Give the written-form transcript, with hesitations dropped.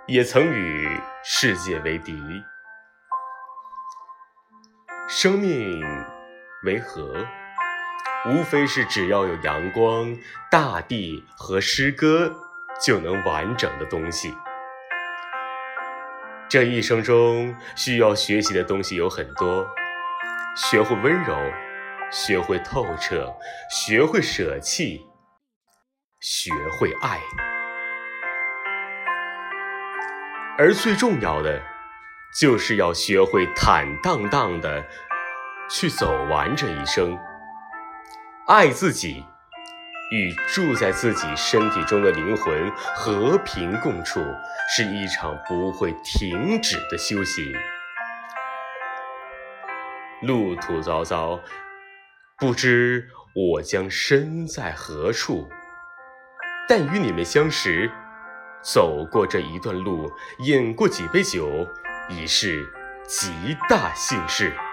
也曾与世界为敌。生命为何？无非是只要有阳光、大地和诗歌，就能完整的东西。这一生中需要学习的东西有很多，学会温柔，学会透彻，学会舍弃，学会爱。而最重要的，就是要学会坦荡荡地去走完这一生。爱自己，与住在自己身体中的灵魂和平共处，是一场不会停止的修行。路途糟糟，不知我将身在何处，但与你们相识，走过这一段路，饮过几杯酒，已是极大幸事。